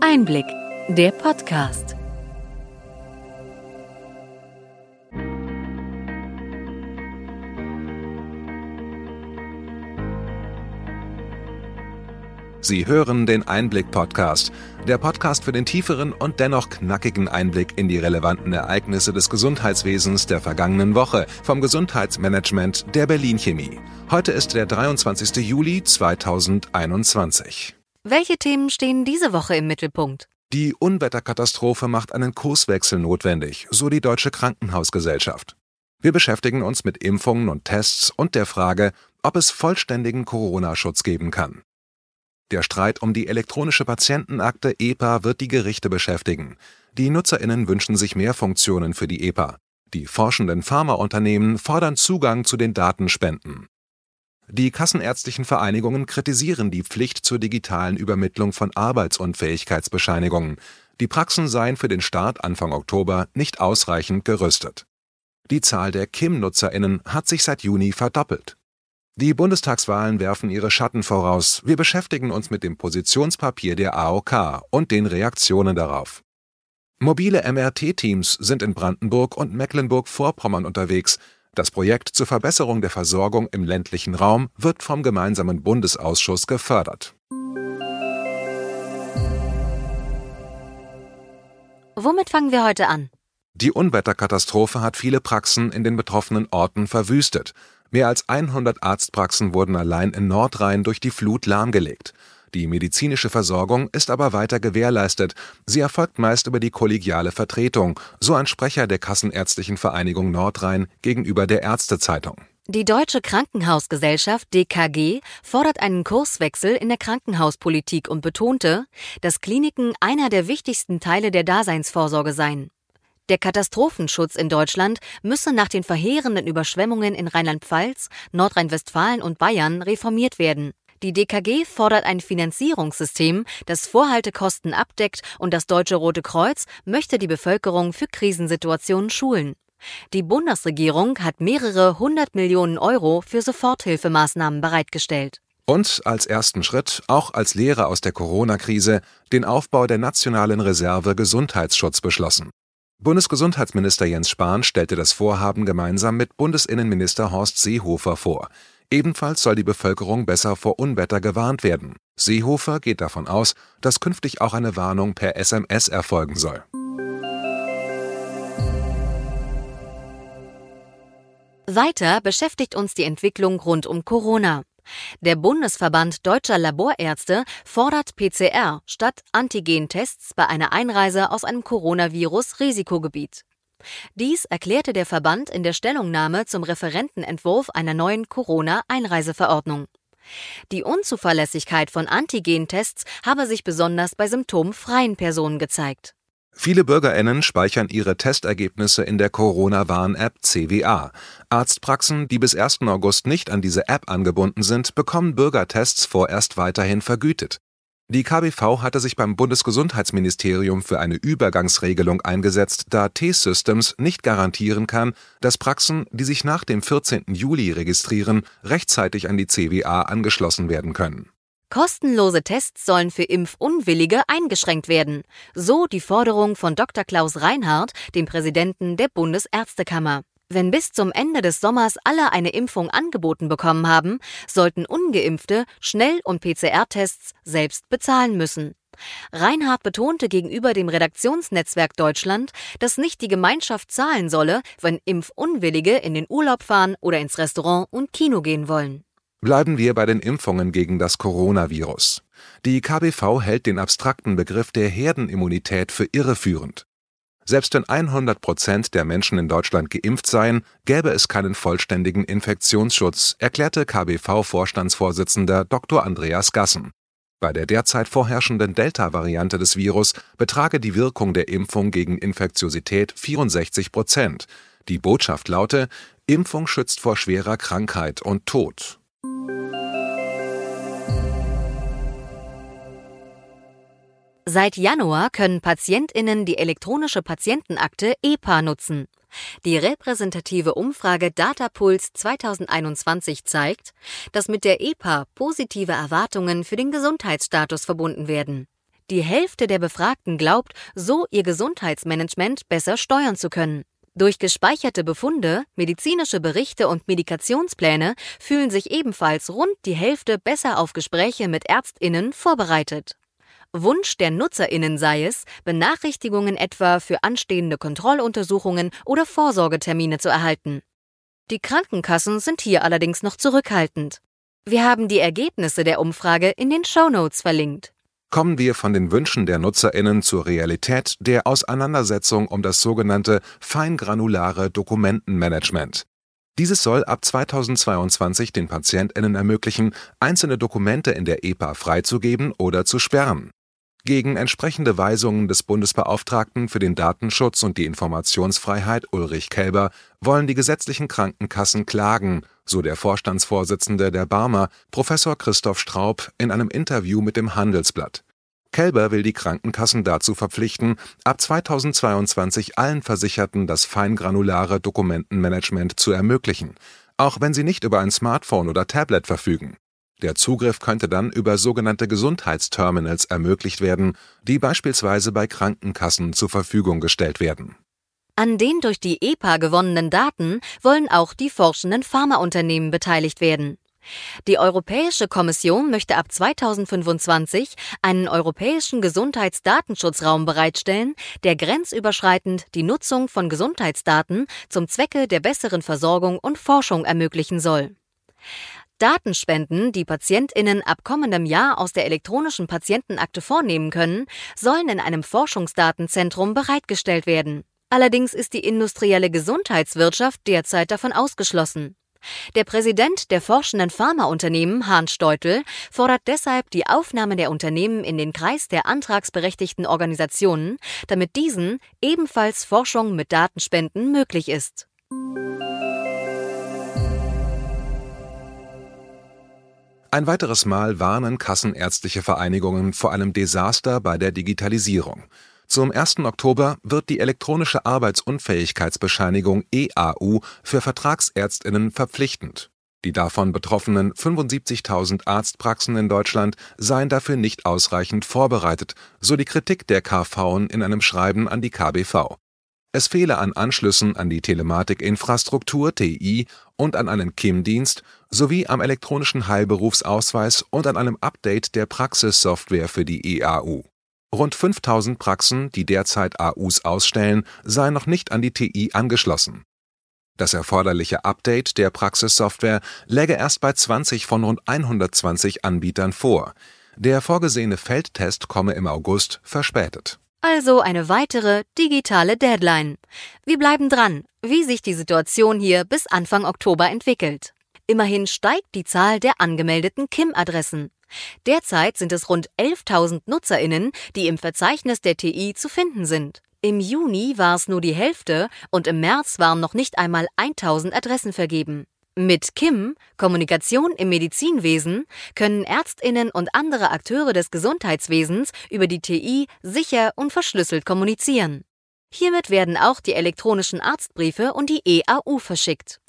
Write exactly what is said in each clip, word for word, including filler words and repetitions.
Einblick, der Podcast. Sie hören den Einblick-Podcast, der Podcast für den tieferen und dennoch knackigen Einblick in die relevanten Ereignisse des Gesundheitswesens der vergangenen Woche vom Gesundheitsmanagement der Berlin Chemie. Heute ist der dreiundzwanzigster Juli zweitausendeinundzwanzig. Welche Themen stehen diese Woche im Mittelpunkt? Die Unwetterkatastrophe macht einen Kurswechsel notwendig, so die Deutsche Krankenhausgesellschaft. Wir beschäftigen uns mit Impfungen und Tests und der Frage, ob es vollständigen Corona-Schutz geben kann. Der Streit um die elektronische Patientenakte E P A wird die Gerichte beschäftigen. Die NutzerInnen wünschen sich mehr Funktionen für die E P A. Die forschenden Pharmaunternehmen fordern Zugang zu den Datenspenden. Die kassenärztlichen Vereinigungen kritisieren die Pflicht zur digitalen Übermittlung von Arbeitsunfähigkeitsbescheinigungen. Die Praxen seien für den Start Anfang Oktober nicht ausreichend gerüstet. Die Zahl der K I M-NutzerInnen hat sich seit Juni verdoppelt. Die Bundestagswahlen werfen ihre Schatten voraus. Wir beschäftigen uns mit dem Positionspapier der A O K und den Reaktionen darauf. Mobile M R T-Teams sind in Brandenburg und Mecklenburg-Vorpommern unterwegs. Das Projekt zur Verbesserung der Versorgung im ländlichen Raum wird vom gemeinsamen Bundesausschuss gefördert. Womit fangen wir heute an? Die Unwetterkatastrophe hat viele Praxen in den betroffenen Orten verwüstet. Mehr als hundert Arztpraxen wurden allein in Nordrhein durch die Flut lahmgelegt. Die medizinische Versorgung ist aber weiter gewährleistet. Sie erfolgt meist über die kollegiale Vertretung, so ein Sprecher der Kassenärztlichen Vereinigung Nordrhein gegenüber der Ärztezeitung. Die Deutsche Krankenhausgesellschaft D K G fordert einen Kurswechsel in der Krankenhauspolitik und betonte, dass Kliniken einer der wichtigsten Teile der Daseinsvorsorge seien. Der Katastrophenschutz in Deutschland müsse nach den verheerenden Überschwemmungen in Rheinland-Pfalz, Nordrhein-Westfalen und Bayern reformiert werden. Die D K G fordert ein Finanzierungssystem, das Vorhaltekosten abdeckt, und das Deutsche Rote Kreuz möchte die Bevölkerung für Krisensituationen schulen. Die Bundesregierung hat mehrere hundert Millionen Euro für Soforthilfemaßnahmen bereitgestellt. Und als ersten Schritt, auch als Lehre aus der Corona-Krise, den Aufbau der nationalen Reserve Gesundheitsschutz beschlossen. Bundesgesundheitsminister Jens Spahn stellte das Vorhaben gemeinsam mit Bundesinnenminister Horst Seehofer vor. Ebenfalls soll die Bevölkerung besser vor Unwetter gewarnt werden. Seehofer geht davon aus, dass künftig auch eine Warnung per S M S erfolgen soll. Weiter beschäftigt uns die Entwicklung rund um Corona. Der Bundesverband Deutscher Laborärzte fordert P C R statt Antigen-Tests bei einer Einreise aus einem Coronavirus-Risikogebiet. Dies erklärte der Verband in der Stellungnahme zum Referentenentwurf einer neuen Corona-Einreiseverordnung. Die Unzuverlässigkeit von Antigen-Tests habe sich besonders bei symptomfreien Personen gezeigt. Viele BürgerInnen speichern ihre Testergebnisse in der Corona-Warn-App C W A. Arztpraxen, die bis ersten August nicht an diese App angebunden sind, bekommen Bürgertests vorerst weiterhin vergütet. Die K B V hatte sich beim Bundesgesundheitsministerium für eine Übergangsregelung eingesetzt, da T-Systems nicht garantieren kann, dass Praxen, die sich nach dem vierzehnten Juli registrieren, rechtzeitig an die C W A angeschlossen werden können. Kostenlose Tests sollen für Impfunwillige eingeschränkt werden, so die Forderung von Doktor Klaus Reinhardt, dem Präsidenten der Bundesärztekammer. Wenn bis zum Ende des Sommers alle eine Impfung angeboten bekommen haben, sollten Ungeimpfte Schnell- und P C R-Tests selbst bezahlen müssen. Reinhardt betonte gegenüber dem Redaktionsnetzwerk Deutschland, dass nicht die Gemeinschaft zahlen solle, wenn Impfunwillige in den Urlaub fahren oder ins Restaurant und Kino gehen wollen. Bleiben wir bei den Impfungen gegen das Coronavirus. Die K B V hält den abstrakten Begriff der Herdenimmunität für irreführend. Selbst wenn hundert Prozent der Menschen in Deutschland geimpft seien, gäbe es keinen vollständigen Infektionsschutz, erklärte K B V-Vorstandsvorsitzender Doktor Andreas Gassen. Bei der derzeit vorherrschenden Delta-Variante des Virus betrage die Wirkung der Impfung gegen Infektiosität vierundsechzig Prozent. Die Botschaft laute: Impfung schützt vor schwerer Krankheit und Tod. Seit Januar können PatientInnen die elektronische Patientenakte E P A nutzen. Die repräsentative Umfrage Datapuls zweitausendeinundzwanzig zeigt, dass mit der E P A positive Erwartungen für den Gesundheitsstatus verbunden werden. Die Hälfte der Befragten glaubt, so ihr Gesundheitsmanagement besser steuern zu können. Durch gespeicherte Befunde, medizinische Berichte und Medikationspläne fühlen sich ebenfalls rund die Hälfte besser auf Gespräche mit ÄrztInnen vorbereitet. Wunsch der NutzerInnen sei es, Benachrichtigungen etwa für anstehende Kontrolluntersuchungen oder Vorsorgetermine zu erhalten. Die Krankenkassen sind hier allerdings noch zurückhaltend. Wir haben die Ergebnisse der Umfrage in den Shownotes verlinkt. Kommen wir von den Wünschen der NutzerInnen zur Realität der Auseinandersetzung um das sogenannte feingranulare Dokumentenmanagement. Dieses soll ab zweitausendzweiundzwanzig den PatientInnen ermöglichen, einzelne Dokumente in der E P A freizugeben oder zu sperren. Gegen entsprechende Weisungen des Bundesbeauftragten für den Datenschutz und die Informationsfreiheit Ulrich Kelber wollen die gesetzlichen Krankenkassen klagen, so der Vorstandsvorsitzende der Barmer, Professor Christoph Straub, in einem Interview mit dem Handelsblatt. Kelber will die Krankenkassen dazu verpflichten, ab zweitausendzweiundzwanzig allen Versicherten das feingranulare Dokumentenmanagement zu ermöglichen, auch wenn sie nicht über ein Smartphone oder Tablet verfügen. Der Zugriff könnte dann über sogenannte Gesundheitsterminals ermöglicht werden, die beispielsweise bei Krankenkassen zur Verfügung gestellt werden. An den durch die E P A gewonnenen Daten wollen auch die forschenden Pharmaunternehmen beteiligt werden. Die Europäische Kommission möchte ab zweitausendfünfundzwanzig einen europäischen Gesundheitsdatenschutzraum bereitstellen, der grenzüberschreitend die Nutzung von Gesundheitsdaten zum Zwecke der besseren Versorgung und Forschung ermöglichen soll. Datenspenden, die PatientInnen ab kommendem Jahr aus der elektronischen Patientenakte vornehmen können, sollen in einem Forschungsdatenzentrum bereitgestellt werden. Allerdings ist die industrielle Gesundheitswirtschaft derzeit davon ausgeschlossen. Der Präsident der forschenden Pharmaunternehmen, Hans Steutel, fordert deshalb die Aufnahme der Unternehmen in den Kreis der antragsberechtigten Organisationen, damit diesen ebenfalls Forschung mit Datenspenden möglich ist. Ein weiteres Mal warnen kassenärztliche Vereinigungen vor einem Desaster bei der Digitalisierung. Zum ersten Oktober wird die elektronische Arbeitsunfähigkeitsbescheinigung E A U für VertragsärztInnen verpflichtend. Die davon betroffenen fünfundsiebzigtausend Arztpraxen in Deutschland seien dafür nicht ausreichend vorbereitet, so die Kritik der K V'en in einem Schreiben an die K B V. Es fehle an Anschlüssen an die Telematikinfrastruktur T I und an einen K I M-Dienst sowie am elektronischen Heilberufsausweis und an einem Update der Praxissoftware für die E A U. Rund fünftausend Praxen, die derzeit A Us ausstellen, seien noch nicht an die T I angeschlossen. Das erforderliche Update der Praxissoftware läge erst bei zwanzig von rund hundertzwanzig Anbietern vor. Der vorgesehene Feldtest komme im August verspätet. Also eine weitere digitale Deadline. Wir bleiben dran, wie sich die Situation hier bis Anfang Oktober entwickelt. Immerhin steigt die Zahl der angemeldeten K I M-Adressen. Derzeit sind es rund elftausend NutzerInnen, die im Verzeichnis der T I zu finden sind. Im Juni war es nur die Hälfte und im März waren noch nicht einmal tausend Adressen vergeben. Mit K I M, Kommunikation im Medizinwesen, können ÄrztInnen und andere Akteure des Gesundheitswesens über die T I sicher und verschlüsselt kommunizieren. Hiermit werden auch die elektronischen Arztbriefe und die E A U verschickt.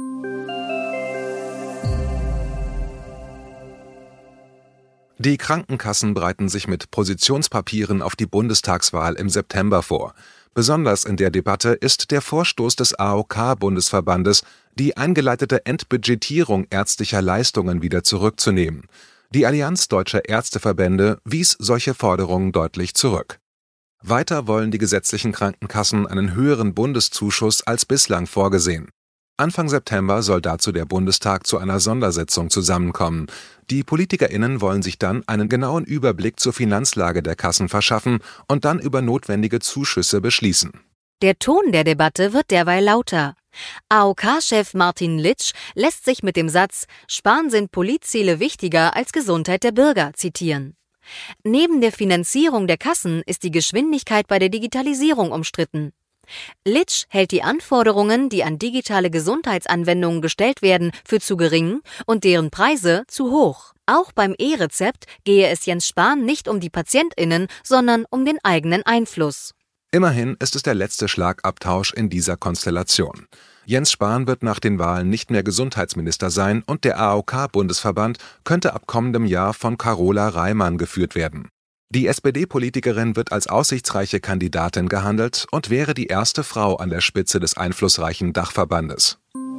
Die Krankenkassen bereiten sich mit Positionspapieren auf die Bundestagswahl im September vor. Besonders in der Debatte ist der Vorstoß des A O K-Bundesverbandes, die eingeleitete Entbudgetierung ärztlicher Leistungen wieder zurückzunehmen. Die Allianz Deutscher Ärzteverbände wies solche Forderungen deutlich zurück. Weiter wollen die gesetzlichen Krankenkassen einen höheren Bundeszuschuss als bislang vorgesehen. Anfang September soll dazu der Bundestag zu einer Sondersitzung zusammenkommen. Die PolitikerInnen wollen sich dann einen genauen Überblick zur Finanzlage der Kassen verschaffen und dann über notwendige Zuschüsse beschließen. Der Ton der Debatte wird derweil lauter. A O K-Chef Martin Litsch lässt sich mit dem Satz »Sparen sind Politziele wichtiger als Gesundheit der Bürger« zitieren. Neben der Finanzierung der Kassen ist die Geschwindigkeit bei der Digitalisierung umstritten. Litsch hält die Anforderungen, die an digitale Gesundheitsanwendungen gestellt werden, für zu gering und deren Preise zu hoch. Auch beim E-Rezept gehe es Jens Spahn nicht um die PatientInnen, sondern um den eigenen Einfluss. Immerhin ist es der letzte Schlagabtausch in dieser Konstellation. Jens Spahn wird nach den Wahlen nicht mehr Gesundheitsminister sein und der A O K-Bundesverband könnte ab kommendem Jahr von Carola Reimann geführt werden. Die S P D-Politikerin wird als aussichtsreiche Kandidatin gehandelt und wäre die erste Frau an der Spitze des einflussreichen Dachverbandes.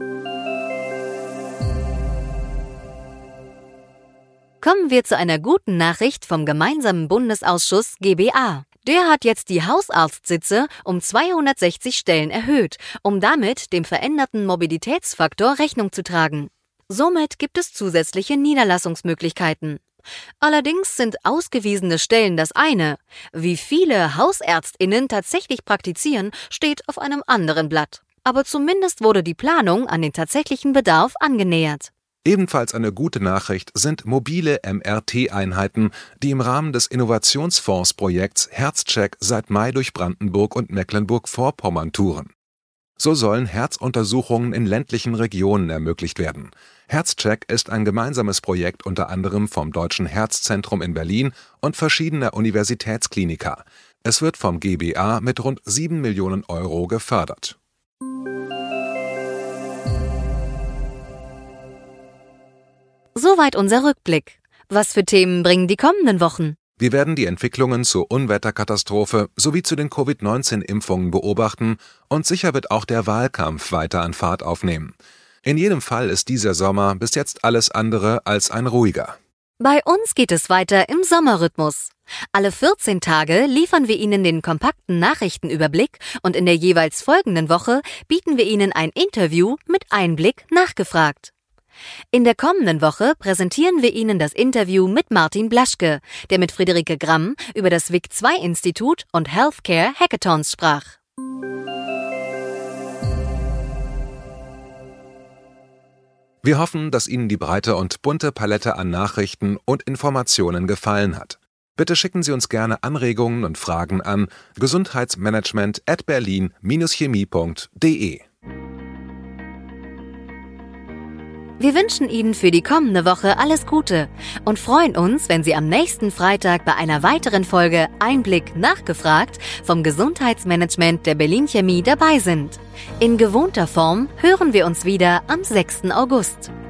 Kommen wir zu einer guten Nachricht vom gemeinsamen Bundesausschuss G B A. Der hat jetzt die Hausarztsitze um zweihundertsechzig Stellen erhöht, um damit dem veränderten Mobilitätsfaktor Rechnung zu tragen. Somit gibt es zusätzliche Niederlassungsmöglichkeiten. Allerdings sind ausgewiesene Stellen das eine. Wie viele HausärztInnen tatsächlich praktizieren, steht auf einem anderen Blatt. Aber zumindest wurde die Planung an den tatsächlichen Bedarf angenähert. Ebenfalls eine gute Nachricht sind mobile M R T-Einheiten, die im Rahmen des Innovationsfonds-Projekts Herzcheck seit Mai durch Brandenburg und Mecklenburg-Vorpommern touren. So sollen Herzuntersuchungen in ländlichen Regionen ermöglicht werden. Herzcheck ist ein gemeinsames Projekt unter anderem vom Deutschen Herzzentrum in Berlin und verschiedener Universitätskliniker. Es wird vom G B A mit rund sieben Millionen Euro gefördert. Soweit unser Rückblick. Was für Themen bringen die kommenden Wochen? Wir werden die Entwicklungen zur Unwetterkatastrophe sowie zu den Covid neunzehn Impfungen beobachten und sicher wird auch der Wahlkampf weiter an Fahrt aufnehmen. In jedem Fall ist dieser Sommer bis jetzt alles andere als ein ruhiger. Bei uns geht es weiter im Sommerrhythmus. Alle vierzehn Tage liefern wir Ihnen den kompakten Nachrichtenüberblick und in der jeweils folgenden Woche bieten wir Ihnen ein Interview mit Einblick nachgefragt. In der kommenden Woche präsentieren wir Ihnen das Interview mit Martin Blaschke, der mit Friederike Gramm über das W I C zwei Institut und Healthcare Hackathons sprach. Wir hoffen, dass Ihnen die breite und bunte Palette an Nachrichten und Informationen gefallen hat. Bitte schicken Sie uns gerne Anregungen und Fragen an gesundheitsmanagement at berlin dash chemie punkt de. Wir wünschen Ihnen für die kommende Woche alles Gute und freuen uns, wenn Sie am nächsten Freitag bei einer weiteren Folge Einblick nachgefragt vom Gesundheitsmanagement der Berlin Chemie dabei sind. In gewohnter Form hören wir uns wieder am sechsten August.